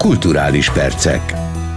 Kulturális percek.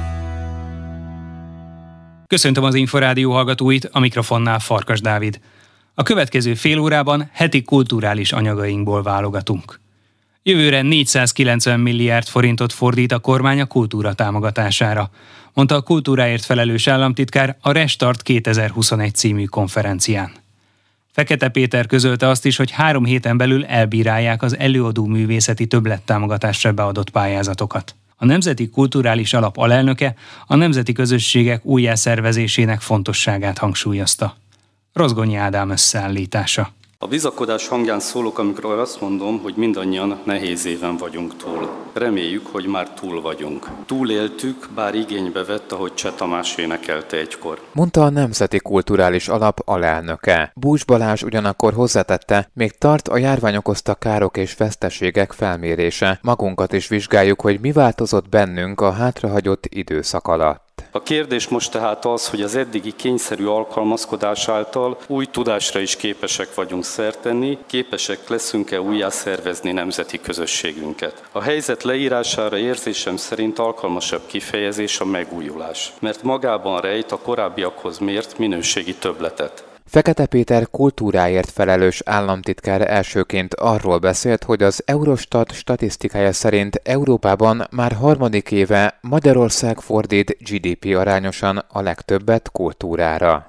Köszöntöm az Inforádió hallgatóit, a mikrofonnál Farkas Dávid. A következő fél órában heti kulturális anyagainkból válogatunk. Jövőre 490 milliárd forintot fordít a kormány a kultúra támogatására, mondta a kultúráért felelős államtitkár a Restart 2021 című konferencián. Fekete Péter közölte azt is, hogy 3 héten belül elbírálják az előadó művészeti többlettámogatásra beadott pályázatokat. A Nemzeti Kulturális Alap alelnöke a nemzeti közösségek újjászervezésének fontosságát hangsúlyozta. Rozgonyi Ádám összeállítása. A bizakodás hangján szólok, amikor azt mondom, hogy mindannyian nehéz éven vagyunk túl. Reméljük, hogy már túl vagyunk. Túléltük, bár igénybe vett, ahogy Cseh Tamás énekelte egykor. Mondta a Nemzeti Kulturális Alap alelnöke. Bús Balázs ugyanakkor hozzátette, még tart a járvány okozta károk és veszteségek felmérése. Magunkat is vizsgáljuk, hogy mi változott bennünk a hátrahagyott időszak alatt. A kérdés most tehát az, hogy az eddigi kényszerű alkalmazkodás által új tudásra is képesek vagyunk szert tenni, képesek leszünk-e újjászervezni nemzeti közösségünket. A helyzet leírására érzésem szerint alkalmasabb kifejezés a megújulás, mert magában rejt a korábbiakhoz mért minőségi többletet. Fekete Péter kultúráért felelős államtitkár elsőként arról beszélt, hogy az Eurostat statisztikája szerint Európában már harmadik éve Magyarország fordít GDP arányosan a legtöbbet kultúrára.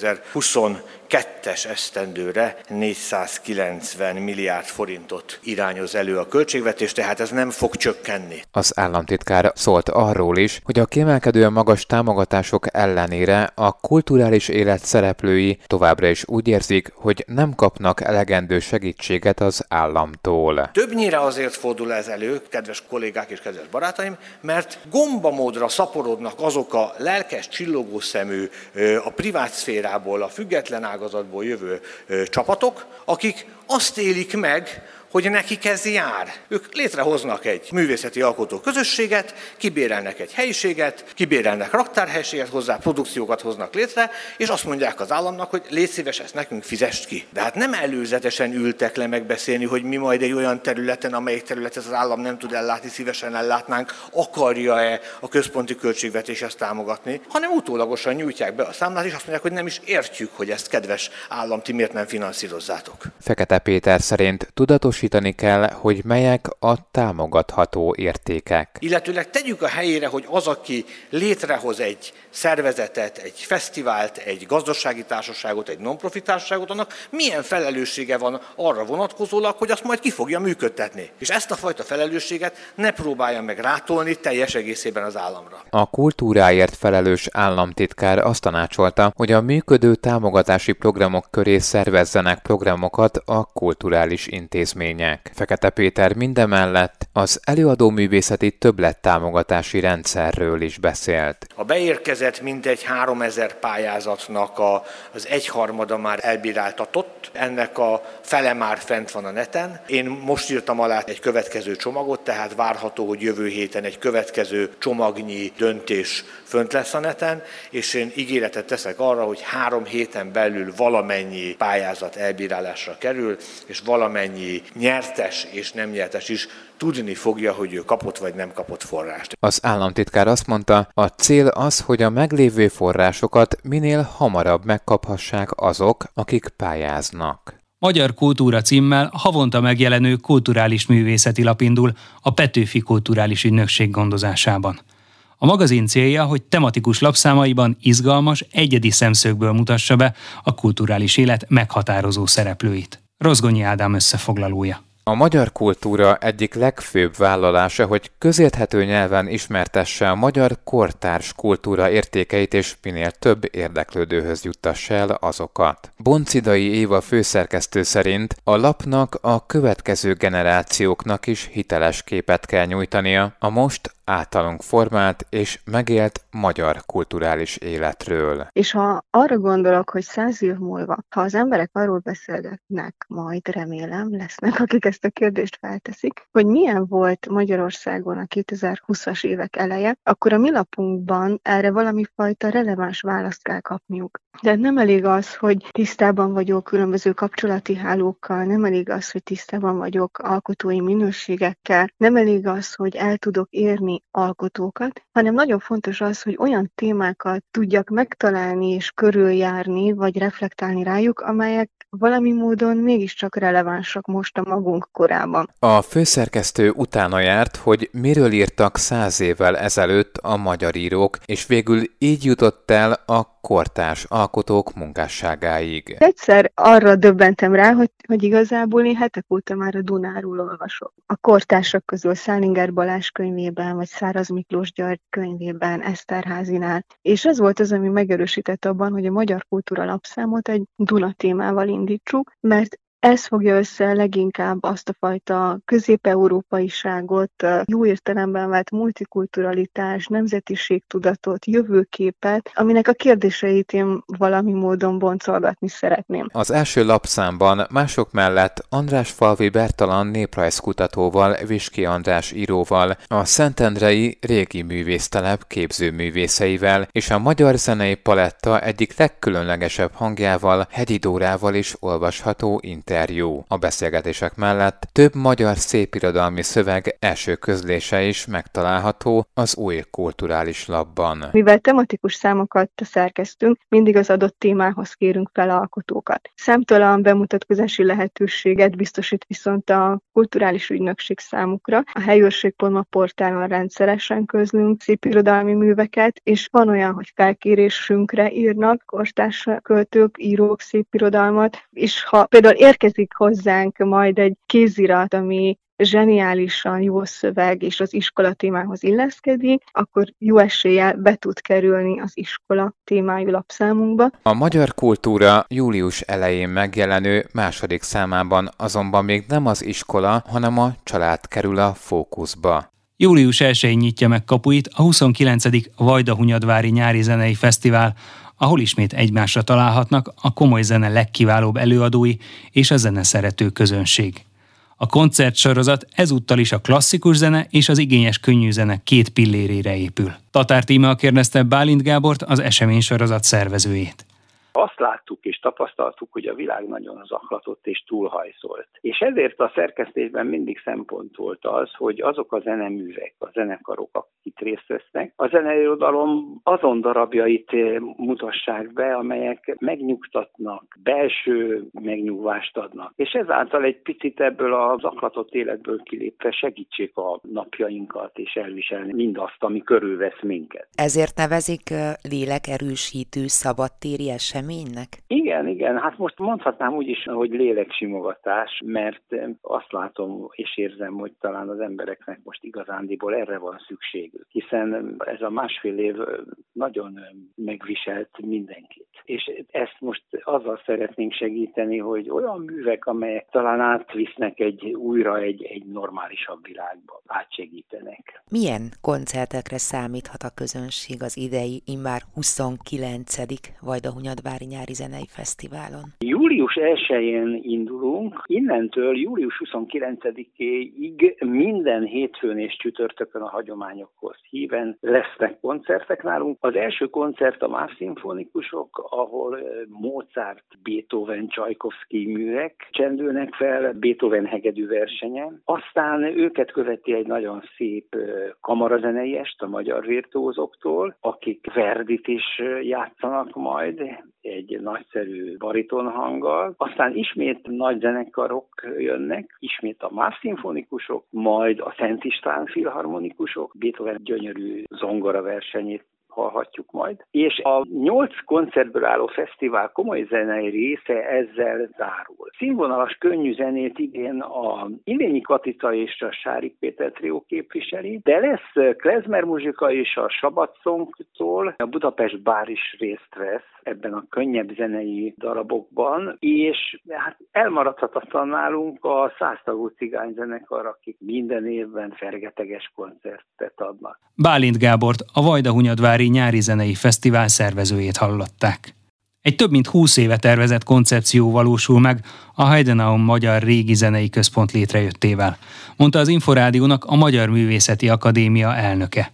2022-es esztendőre 490 milliárd forintot irányoz elő a költségvetés, tehát ez nem fog csökkenni. Az államtitkár szólt arról is, hogy a kiemelkedően magas támogatások ellenére a kulturális élet szereplői továbbra is úgy érzik, hogy nem kapnak elegendő segítséget az államtól. Többnyire azért fordul ez elő, kedves kollégák és kedves barátaim, mert gombamódra szaporodnak azok a lelkes, csillogó szemű, a privát szférából, a független ágazatból jövő csapatok, akik azt élik meg, hogy nekik ez jár. Ők létrehoznak egy művészeti alkotó közösséget, kibérelnek egy helyiséget, kibérelnek raktárhelyiséget hozzá, produkciókat hoznak létre, és azt mondják az államnak, hogy légy szíves, ezt nekünk fizest ki. De hát nem előzetesen ültek le megbeszélni, hogy mi majd egy olyan területen, amelyik területet az állam nem tud ellátni, szívesen ellátnánk, akarja-e a központi költségvetés ezt támogatni, hanem utólagosan nyújtják be a számlát, és azt mondják, hogy nem is értjük, hogy ezt kedves állam, ti miért nem finanszírozzátok. Fekete Péter szerint tudatosítani kell, hogy melyek a támogatható értékek. Illetőleg tegyük a helyére, hogy az, aki létrehoz egy szervezetet, egy fesztivált, egy gazdasági társaságot, egy non-profit társaságot, annak milyen felelőssége van arra vonatkozólag, hogy azt majd ki fogja működtetni. És ezt a fajta felelősséget ne próbálja meg rátolni teljes egészében az államra. A kultúráért felelős államtitkár azt tanácsolta, hogy a működő támogatási programok köré szervezzenek programokat a kulturális intézmények. Fekete Péter mindemellett az előadóművészeti többlettámogatási rendszerről is beszélt. A beérkezett mintegy 3000 pályázatnak az egyharmada már elbíráltatott, ennek a fele már fent van a neten. Én most írtam alá egy következő csomagot, tehát várható, hogy jövő héten egy következő csomagnyi döntés fönt lesz a neten, és én ígéretet teszek arra, hogy 3 héten belül valamennyi pályázat elbírálásra kerül, és valamennyi nyertes és nem nyertes is tudni fogja, hogy ő kapott vagy nem kapott forrást. Az államtitkár azt mondta, a cél az, hogy a meglévő forrásokat minél hamarabb megkaphassák azok, akik pályáznak. Magyar Kultúra címmel havonta megjelenő kulturális művészeti lap indul a Petőfi Kulturális Ügynökség gondozásában. A magazin célja, hogy tematikus lapszámaiban izgalmas, egyedi szemszögből mutassa be a kulturális élet meghatározó szereplőit. Rozgonyi Ádám összefoglalója. A magyar kultúra egyik legfőbb vállalása, hogy közérthető nyelven ismertesse a magyar kortárs kultúra értékeit és minél több érdeklődőhöz juttassa el azokat. Boncidai Éva főszerkesztő szerint a lapnak a következő generációknak is hiteles képet kell nyújtania a most általunk formált és megélt magyar kulturális életről. És ha arra gondolok, hogy 100 év múlva, ha az emberek arról beszélgetnek, majd remélem lesznek, akik ezt a kérdést felteszik, hogy milyen volt Magyarországon a 2020-as évek eleje, akkor a mi lapunkban erre valami fajta releváns választ kell kapniuk. De nem elég az, hogy tisztában vagyok különböző kapcsolati hálókkal, nem elég az, hogy tisztában vagyok alkotói minőségekkel, nem elég az, hogy el tudok érni alkotókat, hanem nagyon fontos az, hogy olyan témákat tudjak megtalálni és körüljárni, vagy reflektálni rájuk, amelyek valami módon mégiscsak relevánsak most a magunk korában. A főszerkesztő utána járt, hogy miről írtak 100 évvel ezelőtt a magyar írók, és végül így jutott el a kortárs alkotók munkásságáig. Egyszer arra döbbentem rá, hogy igazából én hetek óta már a Dunáról olvasok. A kortársak közül Szálinger Balázs könyvében, vagy Száraz Miklós György könyvében, Eszterházynál. És ez volt az, ami megerősített abban, hogy a Magyar Kultúra lapszámot egy Duna témával indítsuk, mert ez fogja össze leginkább azt a fajta közép-európaiságot, jó értelemben vett multikulturalitás, nemzetiségtudatot, jövőképet, aminek a kérdéseit én valami módon boncolgatni szeretném. Az első lapszámban mások mellett Andrásfalvi Bertalan néprajzkutatóval, Viski András íróval, a Szentendrei Régi Művésztelep képzőművészeivel és a magyar zenei paletta egyik legkülönlegesebb hangjával, Hegyi Dórával is olvasható interjú. A beszélgetések mellett több magyar szépirodalmi szöveg első közlése is megtalálható az Új Kulturális Lapban. Mivel tematikus számokat szerkesztünk, mindig az adott témához kérünk fel alkotókat. Számtalan bemutatkozási lehetőséget biztosít viszont a kulturális ügynökség számukra. A helyőrség.ma portálon rendszeresen közlünk szépirodalmi műveket, és van olyan, hogy felkérésünkre írnak kortárs költők, írók szépirodalmat, és ha például érkezik hozzánk majd egy kézirat, ami zseniálisan jó szöveg és az iskola témához illeszkedik, akkor jó eséllyel be tud kerülni az iskola témájú lapszámunkba. A Magyar Kultúra július elején megjelenő második számában azonban még nem az iskola, hanem a család kerül a fókuszba. Július 1-én nyitja meg kapuit a 29. Vajdahunyadvári Nyári Zenei Fesztivál, ahol ismét egymásra találhatnak a komoly zene legkiválóbb előadói és a zeneszerető közönség. A koncertsorozat ezúttal is a klasszikus zene és az igényes könnyű zene két pillérére épül. Tatár Tímea kérdezte Bálint Gábort, az eseménysorozat szervezőjét. Azt láttuk és tapasztaltuk, hogy a világ nagyon zaklatott és túlhajszolt. És ezért a szerkesztésben mindig szempont volt az, hogy azok a zeneművek, a zenekarok, akik itt részt vesznek, a zeneirodalom azon darabjait mutassák be, amelyek megnyugtatnak, belső megnyugvást adnak. És ezáltal egy picit ebből a zaklatott életből kilépve segítsék a napjainkat és elviselni mindazt, ami körülvesz minket. Ezért nevezik lélekerősítő szabadtéri eseménynek? Igen, hát most mondhatnám úgy is, hogy léleksimogatás, mert azt látom és érzem, hogy talán az embereknek most igazándiból erre van szükségük, hiszen ez a másfél év nagyon megviselt mindenkit. És ezt most azzal szeretnénk segíteni, hogy olyan művek, amelyek talán átvisznek újra egy normálisabb világba, átsegítenek. Milyen koncertekre számíthat a közönség az idei, immár 29. Vajdahunyadvári Nyári Zenei Fesztiválon? Július 1-én indulunk, innentől július 29-ig minden hétfőn és csütörtökön a hagyományokhoz híven lesznek koncertek nálunk. Az első koncert a MÁV szimfonikusok, ahol Mozart, Beethoven, Csajkovszky művek csendülnek fel Beethoven hegedű versenyen. Aztán őket követi egy nagyon szép kamarazenei est a magyar virtuózoktól, akik Verdit is játszanak majd, egy nagyszerű baritonhanggal. Aztán ismét nagy zenekarok jönnek, ismét a MÁV szimfonikusok, majd a Szent István filharmonikusok, Beethoven gyönyörű zongora versenyét hallhatjuk majd. És a 8 koncertből álló fesztivál komoly zenei része ezzel zárul. Színvonalas könnyű zenét idén a Illényi Katica és a Sárik Péter trió képviseli, de lesz klezmer muzsika és a Sabatszongtól. A Budapest Bár is részt vesz ebben a könnyebb zenei darabokban, és hát elmaradhatatlan nálunk a 100 tagú cigányzenekar, akik minden évben fergeteges koncertet adnak. Bálint Gábort, a Vajdahunyadvári Nyári Zenei Fesztivál szervezőjét hallották. Egy több mint 20 éve tervezett koncepció valósul meg a Heidenau Magyar Régi Zenei Központ létrejöttével, mondta az Inforádiónak a Magyar Művészeti Akadémia elnöke.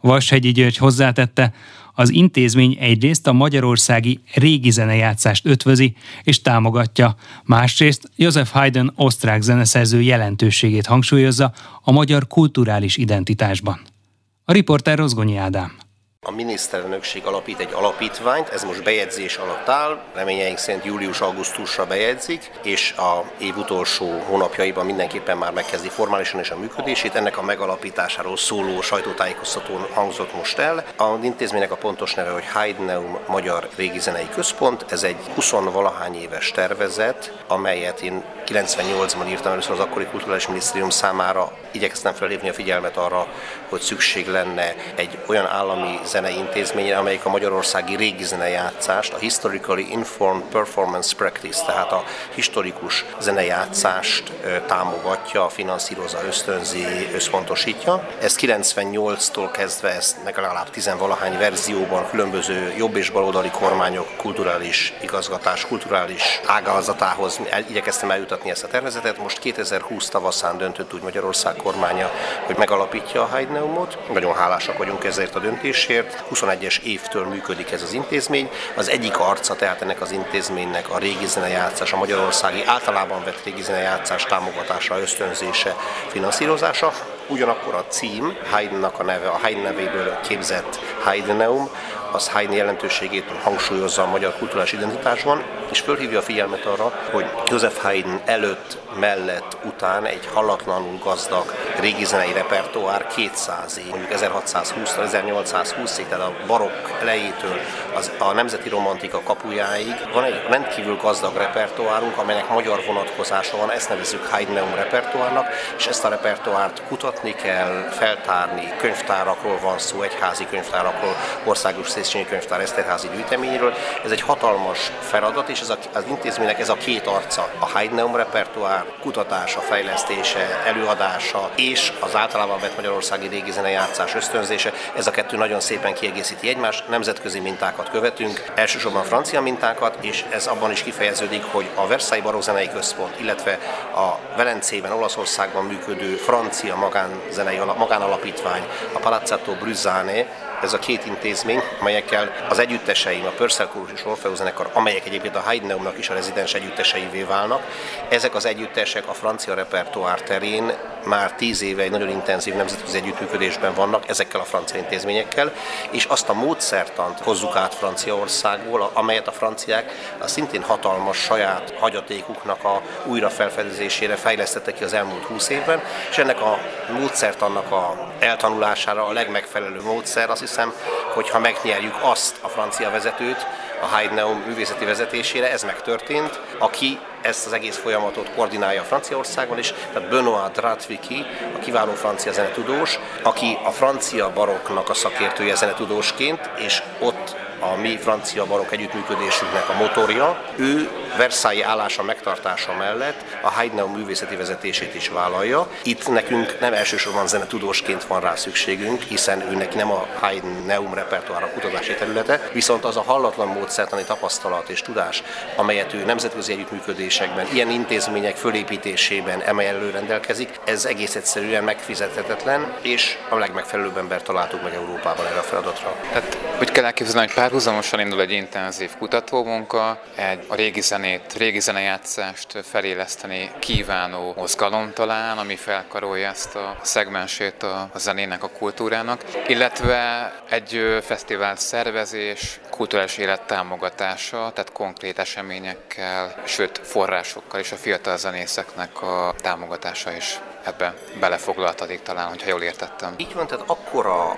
Vashegyi György hozzátette, az intézmény egyrészt a magyarországi régi zenejátszást ötvözi és támogatja, másrészt Joseph Haydn osztrák zeneszerző jelentőségét hangsúlyozza a magyar kulturális identitásban. A riporter Rozgonyi Ádám. A miniszterelnökség alapít egy alapítványt, ez most bejegyzés alatt áll, reményeink szerint július-augusztusra bejegyzik, és a év utolsó hónapjaiban mindenképpen már megkezdi formálisan is a működését. Ennek a megalapításáról szóló sajtótájékoztatón hangzott most el. Az intézménynek a pontos neve, hogy Haydneum Magyar Régizenei Központ, ez egy 20-valahány éves tervezet, amelyet én 98-ban írtam először az akkori Kulturális Minisztérium számára. Igyekeztem felhívni a figyelmet arra, hogy szükség lenne egy olyan állami zenei intézményre, amelyik a magyarországi régi zenejátszást, a Historically Informed Performance Practice, tehát a historikus zenejátszást támogatja, finanszírozza, ösztönzi, összpontosítja. Ezt 98-tól kezdve ezt legalább 10-valahány verzióban különböző jobb- és baloldali kormányok kulturális igazgatás, kulturális ágazatához igyekeztem eljutatni ezt a tervezetet. Most 2020 tavaszán döntött úgy Magyarország kormánya, hogy megalapítja a Haydneumot. Nagyon hálásak vagyunk ezért a döntésért. 21-es évtől működik ez az intézmény. Az egyik arca tehát ennek az intézménynek a régi zenejátszás, a magyarországi általában vett régi zenejátszás támogatása, ösztönzése, finanszírozása. Ugyanakkor a cím, Haydnnak a neve, a Haydn nevéből képzett Haydneum, az Haydn jelentőségét hangsúlyozza a magyar kulturális identitásban, és fölhívja a figyelmet arra, hogy Joseph Haydn előtt, mellett, után egy hallatlanul gazdag régi zenei repertoár 200 év, mondjuk 1620-tól 1820-ig, tehát a barokk elejétől a nemzeti romantika kapujáig van egy rendkívül gazdag repertoárunk, amelynek magyar vonatkozása van, ezt nevezzük Haydneum repertoárnak, és ezt a repertoárt kutatni kell, feltárni, könyvtárakról van szó, egyházi könyvtárakról, országos Széchenyi Könyvtár Eszterházi gyűjteményről. Ez egy hatalmas feladat, és az intézménynek ez a két arca, a Haydneum repertoár kutatása, fejlesztése, előadása és az általában vett magyarországi régi zenejátszás ösztönzése, ez a kettő nagyon szépen kiegészíti egymást, nemzetközi mintákat követünk, elsősorban francia mintákat, és ez abban is kifejeződik, hogy a Versailles Barokkzenei Központ, illetve a Velencében, Olaszországban működő francia magánalapítvány, a Palazzetto Bruzane, ez a két intézmény, amelyekkel az együtteseim, a Purcell Kórus és Orfeus zenekar, amelyek egyébként a Haydneumnak is a rezidens együtteseivé válnak, ezek az együttesek a francia repertoár terén már 10 éve egy nagyon intenzív nemzetközi együttműködésben vannak ezekkel a francia intézményekkel, és azt a módszertant hozzuk át Franciaországból, amelyet a franciák a szintén hatalmas saját hagyatékuknak a újrafelfedezésére fejlesztettek ki az elmúlt 20 évben, és ennek a módszertannak a eltanulására a legmegfelelőbb módszer, azt hiszem, hogy ha megnyerjük azt a francia vezetőt, a Haydneum művészeti vezetésére, ez megtörtént, aki ezt az egész folyamatot koordinálja Franciaországban is, tehát Benoît Dratwicky, a kiváló francia zenetudós, aki a francia barokknak a szakértője zenetudósként, és ott a mi francia barokk együttműködésünknek a motorja. Ő Versailles állása megtartása mellett a Haydneum művészeti vezetését is vállalja. Itt nekünk nem elsősorban zenetudósként van rá szükségünk, hiszen ő neki nem a Haydneum repertoár kutatási területe, viszont az a hallatlan módszertani tapasztalat és tudás, amelyet ő nemzetközi együttműködésekben, ilyen intézmények fölépítésében emellől rendelkezik, ez egész egyszerűen megfizethetetlen, és a legmegfelelőbb embert találtuk meg Európában erre a feladatra. Tehát úgy kell elképzelni, hogy párhuzamosan indul egy intenzív kutatómunka, a régi zenejátszást feléleszteni kívánó mozgalom talán, ami felkarolja ezt a szegmensét a zenének, a kultúrának, illetve egy fesztivál szervezés, kulturális élet támogatása, tehát konkrét eseményekkel, sőt forrásokkal és a fiatal zenészeknek a támogatása is ebbe belefoglaltatik talán, hogyha jól értettem. Így van, tehát akkora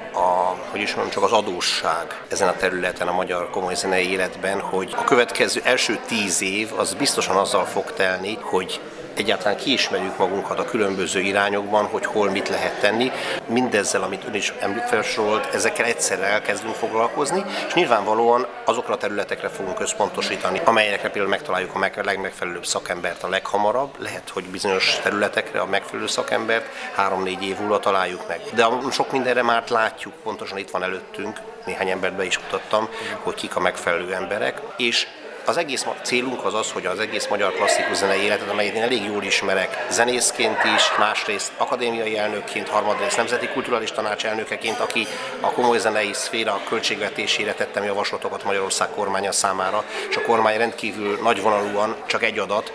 csak az adósság ezen a területen a magyar komoly zenei életben, hogy a következő első 10 év az biztosan azzal fog telni, hogy egyáltalán kiismerjük magunkat a különböző irányokban, hogy hol mit lehet tenni. Mindezzel, amit ön is felsorolt, ezekkel egyszerre elkezdünk foglalkozni, és nyilvánvalóan azokra a területekre fogunk összpontosítani, amelyekre például megtaláljuk a legmegfelelőbb szakembert a leghamarabb. Lehet, hogy bizonyos területekre a megfelelő szakembert 3-4 év múlva találjuk meg. De sok mindenre már látjuk, pontosan itt van előttünk, néhány embert be is mutattam, hogy kik a megfelelő emberek, és Az egész célunk az, hogy az egész magyar klasszikus zenei életet, amelyet én elég jól ismerek, zenészként is, másrészt akadémiai elnökként, harmadrészt nemzeti kulturális tanács elnökeként, aki a komoly zenei szféra költségvetésére tettem javaslatokat Magyarország kormánya számára, és a kormány rendkívül nagyvonalúan, csak egy adat,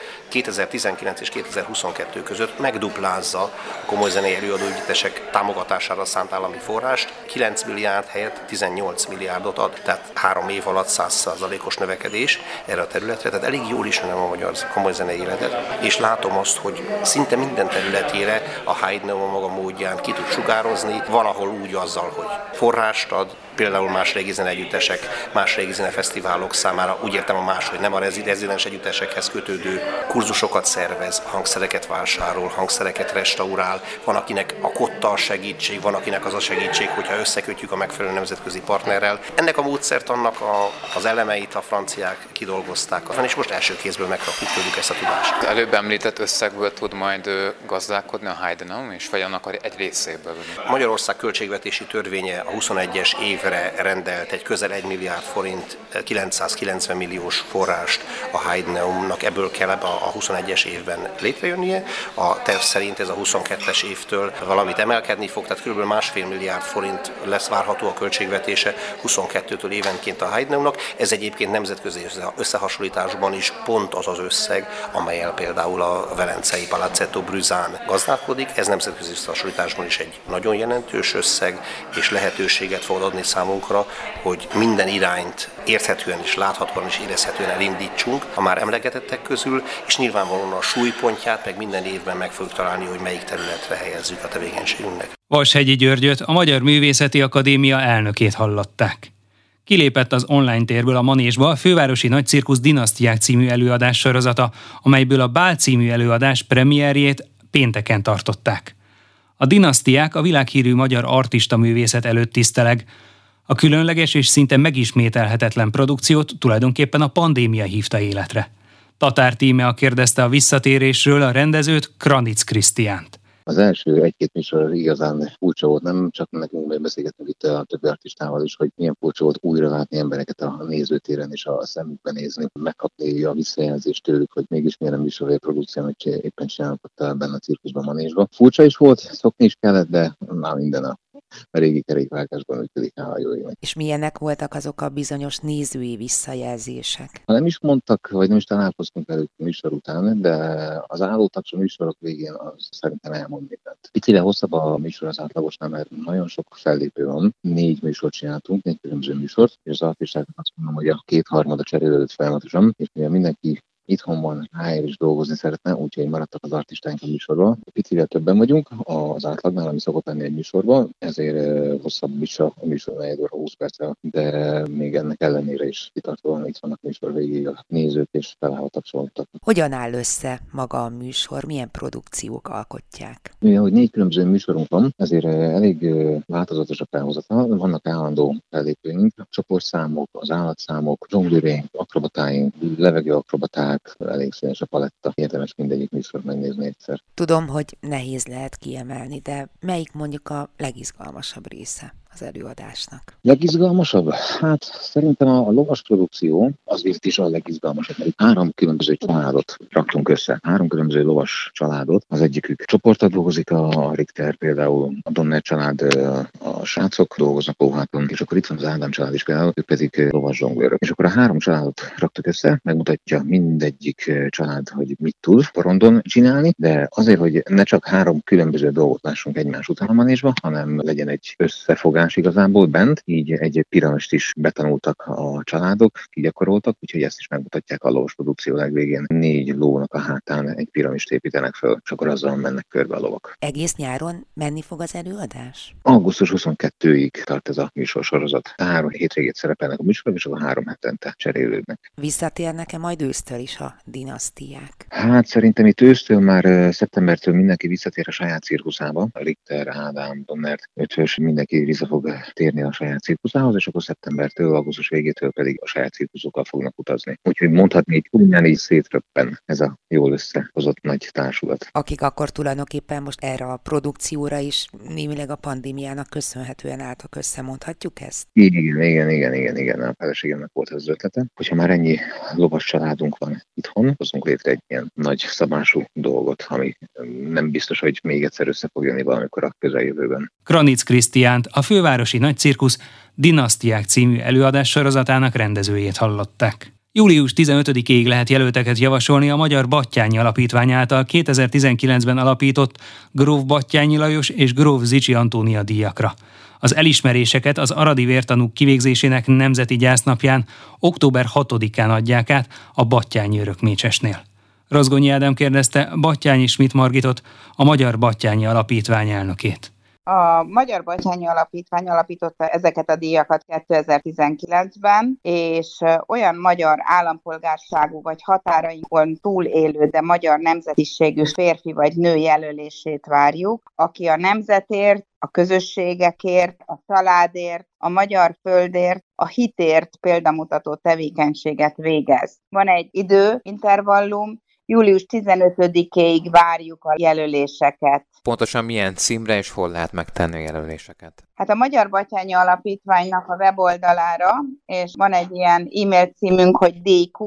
2019 és 2022 között megduplázza a komoly zenei előadóegyüttesek támogatására szánt állami forrást, 9 milliárd helyett 18 milliárdot ad, tehát 3 év alatt 100%-os növekedés erre a területre, tehát elég jól ismerem a magyar komoly zenei életet, és látom azt, hogy szinte minden területére a Haydn a maga módján ki tud sugározni, van, ahol úgy azzal, hogy forrást ad, például más régi zeneegyüttesek, más régi zenefesztiválok számára, úgy értem a más, hogy nem a rezidens együttesekhez kötődő kurzusokat szervez, hangszereket vásárol, hangszereket restaurál, van akinek a kotta a segítség, van akinek az a segítség, hogyha összekötjük a megfelelő nemzetközi partnerrel. Ennek a módszertannak az elemeit a franciák kidolgozták, és most első kézből megkapjuk tőlük ezt a tudást. Előbb említett összegből tud majd gazdálkodni a Haydn, és vagy annak egy részéből? Magyarország költségvetési törvénye a 21-es évre rendelt egy közel 1 milliárd forint, 990 milliós forrást a Haydn-nak, ebből kell a 21-es évben létrejönnie. A terv szerint ez a 22-es évtől valamit emelkedni fog, tehát kb. 1,5 milliárd forint lesz várható a költségvetése 22-től évenként a Haydn-nak. Ez egyébként nemzetközi összehasonlításban is pont az az összeg, amellyel például a velencei Palazzetto Bruzán gazdálkodik. Ez nemzetközi összehasonlításban is egy nagyon jelentős összeg, és lehetőséget fog adni számunkra, hogy minden irányt érthetően és láthatóan és érezhetően elindítsunk a már emlegetettek közül, és nyilvánvalóan a súlypontját meg minden évben meg fogjuk találni, hogy melyik területre helyezzük a tevékenységünknek. Vashegyi Györgyöt, a Magyar Művészeti Akadémia elnökét hallották. Kilépett az online térből a Manésba a Fővárosi Nagycirkusz Dinasztiák című előadás sorozata, amelyből a Bál című előadás premierjét pénteken tartották. A Dinasztiák a világhírű magyar artista művészet előtt tiszteleg. A különleges és szinte megismételhetetlen produkciót tulajdonképpen a pandémia hívta életre. Tatár Tímea kérdezte a visszatérésről a rendezőt, Kranic Krisztiánt. Az első egy-két műsor igazán furcsa volt, nem csak nekünk, mert beszélgetünk itt a többi artistával is, hogy milyen furcsa volt újra látni embereket a nézőtéren és a szemükbe nézni, megkapni a visszajelzést tőlük, hogy mégis milyen műsor vagy produkció, hogy éppen csinálnak ott benne a cirkuszban, Manésban. Furcsa is volt, szokni is kellett, de már minden a régi kerékvágásban működik, hála jó ének. És milyenek voltak azok a bizonyos nézői visszajelzések? Ha nem is mondtak, vagy nem is találkoztunk velük műsor után, de az állótagsa műsorok végén az szerintem elmond mindent. Picire hosszabb a műsor az átlagosnál, mert nagyon sok fellépő van. 4 műsort csináltunk, 4 különböző műsort, és az artistáknak azt mondom, hogy a 2/3 cserélődött folyamatosan, és mivel mindenki itthon van, helyre is dolgozni szeretne, úgyhogy maradtak az artistáink a műsorban. Picivel többen vagyunk az átlagnál, ami szokott lenni egy műsorban, ezért hosszabb is a műsor 4 óra 20 perccel, de még ennek ellenére is kitartóan itt vannak műsor végéig a nézők és felállhattak szóltak. Hogyan áll össze maga a műsor, milyen produkciók alkotják? Mivel, hogy 4 különböző műsorunk van, ezért elég változatos a felhozata. Vannak állandó fellépőink, csoportszámok, az állatszámok, zsonglőrénk, akrobatáink, levegőakrobaták, elég színes a paletta, érdemes mindegyik műsort megnézni egyszer. Tudom, hogy nehéz lehet kiemelni, de melyik mondjuk a legizgalmasabb része az előadásnak? Legizgalmasabb? Hát szerintem a lovas produkció azért is a legizgalmasabb, mert 3 különböző családot raktunk össze. 3 különböző lovas családot. Az egyikük csoporttal dolgozik, a Richter például, a Donner család, a srácok dolgoznak óháton, és akkor itt van az Ádám család is például, ők pedig lovas zsonglőrök. És akkor a 3 családot raktuk össze, megmutatja mindegyik család, hogy mit tud porondon csinálni, de azért, hogy ne csak 3 különböző dolgot lássunk egymás után a Manésba, hanem legyen egy összefogás igazából bent, így egy piramist is betanultak a családok, kigyakoroltak, úgyhogy ezt is megmutatják a lovas produkció legvégén. 4 lónak a hátán egy piramist építenek föl, és akkor azzal mennek körbe a lovak. Egész nyáron menni fog az előadás? Augusztus 22-ig tart ez a műsorsorozat. 3 hétvégét szerepelnek a műsorok, és akkor 3 hetente cserélődnek. Visszatérnek-e majd ősztől is a dinasztiák? Hát szerintem itt ősztől már szeptembertől mindenki visszatér a saját cirkuszába. Richter, Ádám, Donner, Ötvös, mindenki vissza fog térni a saját cirkuszához, és akkor szeptembertől, augusztus végétől pedig a saját cirkuszokkal fognak utazni. Úgyhogy mondhatni, hogy ugyan így szétröppen ez a jól összehozott nagy társulat. Akik akkor tulajdonképpen most erre a produkcióra is némileg a pandémiának köszönhetően köszönhetően álltak össze, mondhatjuk ezt? Igen. A feleségemnek volt az ötlete, hogyha már ennyi lovas családunk van itthon, hozunk létre egy ilyen nagy szabású dolgot, ami nem biztos, hogy még egyszer össze fog jönni valamikor a közeljövőben. Kranic Krisztiánt, a fővárosi nagycirkusz Dinasztiák című előadás sorozatának rendezőjét hallották. Július 15-ig lehet jelölteket javasolni a Magyar Batthyány Alapítvány által 2019-ben alapított Gróf Batthyány Lajos és Gróf Zichy Antónia díjakra. Az elismeréseket az aradi vértanúk kivégzésének nemzeti gyásznapján október 6-án adják át a Batthyány Örökmécsesnél. Rozgonyi Ádám kérdezte Batthyányi Schmidt Margitot, a Magyar Batthyányi Alapítvány elnökét. A Magyar Batthyány Alapítvány alapította ezeket a díjakat 2019-ben, és olyan magyar állampolgárságú vagy határainkon túlélő, de magyar nemzetiségű férfi vagy nő jelölését várjuk, aki a nemzetért, a közösségekért, a családért, a magyar földért, a hitért példamutató tevékenységet végez. Van egy időintervallum, július 15-ig várjuk a jelöléseket. Pontosan milyen címre és hol lehet megtenni a jelöléseket? Hát a Magyar Batthyány Alapítványnak a weboldalára, és van egy ilyen e-mail címünk, hogy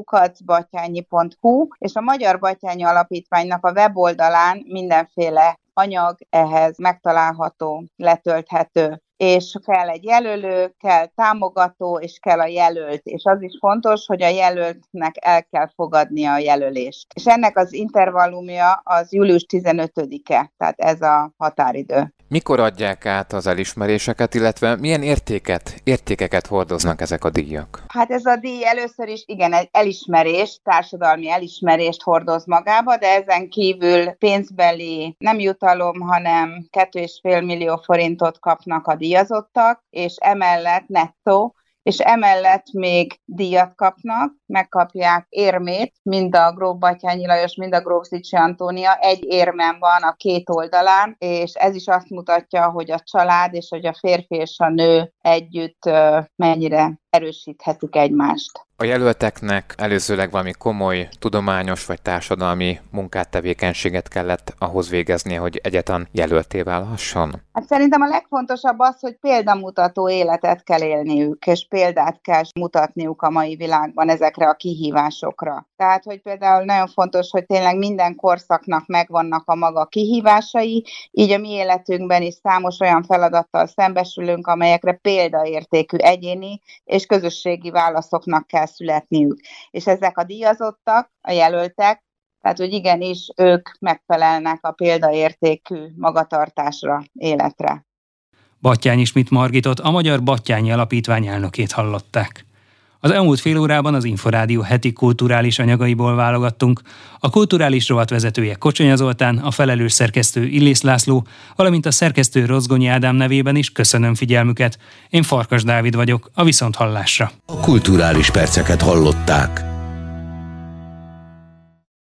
dkukac.batthyányi.hu, és a Magyar Batthyány Alapítványnak a weboldalán mindenféle anyag ehhez megtalálható, letölthető. És kell egy jelölő, kell támogató, és kell a jelölt. És az is fontos, hogy a jelöltnek el kell fogadnia a jelölést. És ennek az intervallumja az július 15-e, tehát ez a határidő. Mikor adják át az elismeréseket, illetve milyen értékeket hordoznak ezek a díjak? Hát ez a díj először is igen, egy elismerés, társadalmi elismerést hordoz magába, de ezen kívül pénzbeli nem jutalom, hanem 2,5 millió forintot kapnak a díjazottak, és emellett nettó, és emellett még díjat kapnak, megkapják érmét, mind a Gróf Batthyány Lajos, mind a Gróf Zichy Antónia, egy érmen van a két oldalán, és ez is azt mutatja, hogy a család és hogy a férfi és a nő együtt mennyire erősíthetik egymást. A jelölteknek előzőleg valami komoly tudományos vagy társadalmi munkát, tevékenységet kellett ahhoz végeznie, hogy egyáltalán jelölté válhasson? Hát szerintem a legfontosabb az, hogy példamutató életet kell élniük, és példát kell mutatniuk a mai világban ezekre a kihívásokra. Tehát, hogy például nagyon fontos, hogy tényleg minden korszaknak megvannak a maga kihívásai, így a mi életünkben is számos olyan feladattal szembesülünk, amelyekre példaértékű egyéni és közösségi válaszoknak kell születniük. És ezek a díjazottak, a jelöltek, tehát, hogy igenis ők megfelelnek a példaértékű magatartásra, életre. Batthyányi Schmidt Margitot, a Magyar Batthyányi Alapítvány elnökét hallották. Az elmúlt fél órában az Inforádió heti kulturális anyagaiból válogattunk. A kulturális rovat vezetője Kocsonya Zoltán, a felelős szerkesztő Illész László, valamint a szerkesztő Rozgonyi Ádám nevében is köszönöm figyelmüket. Én Farkas Dávid vagyok, a viszonthallásra. A kulturális perceket hallották.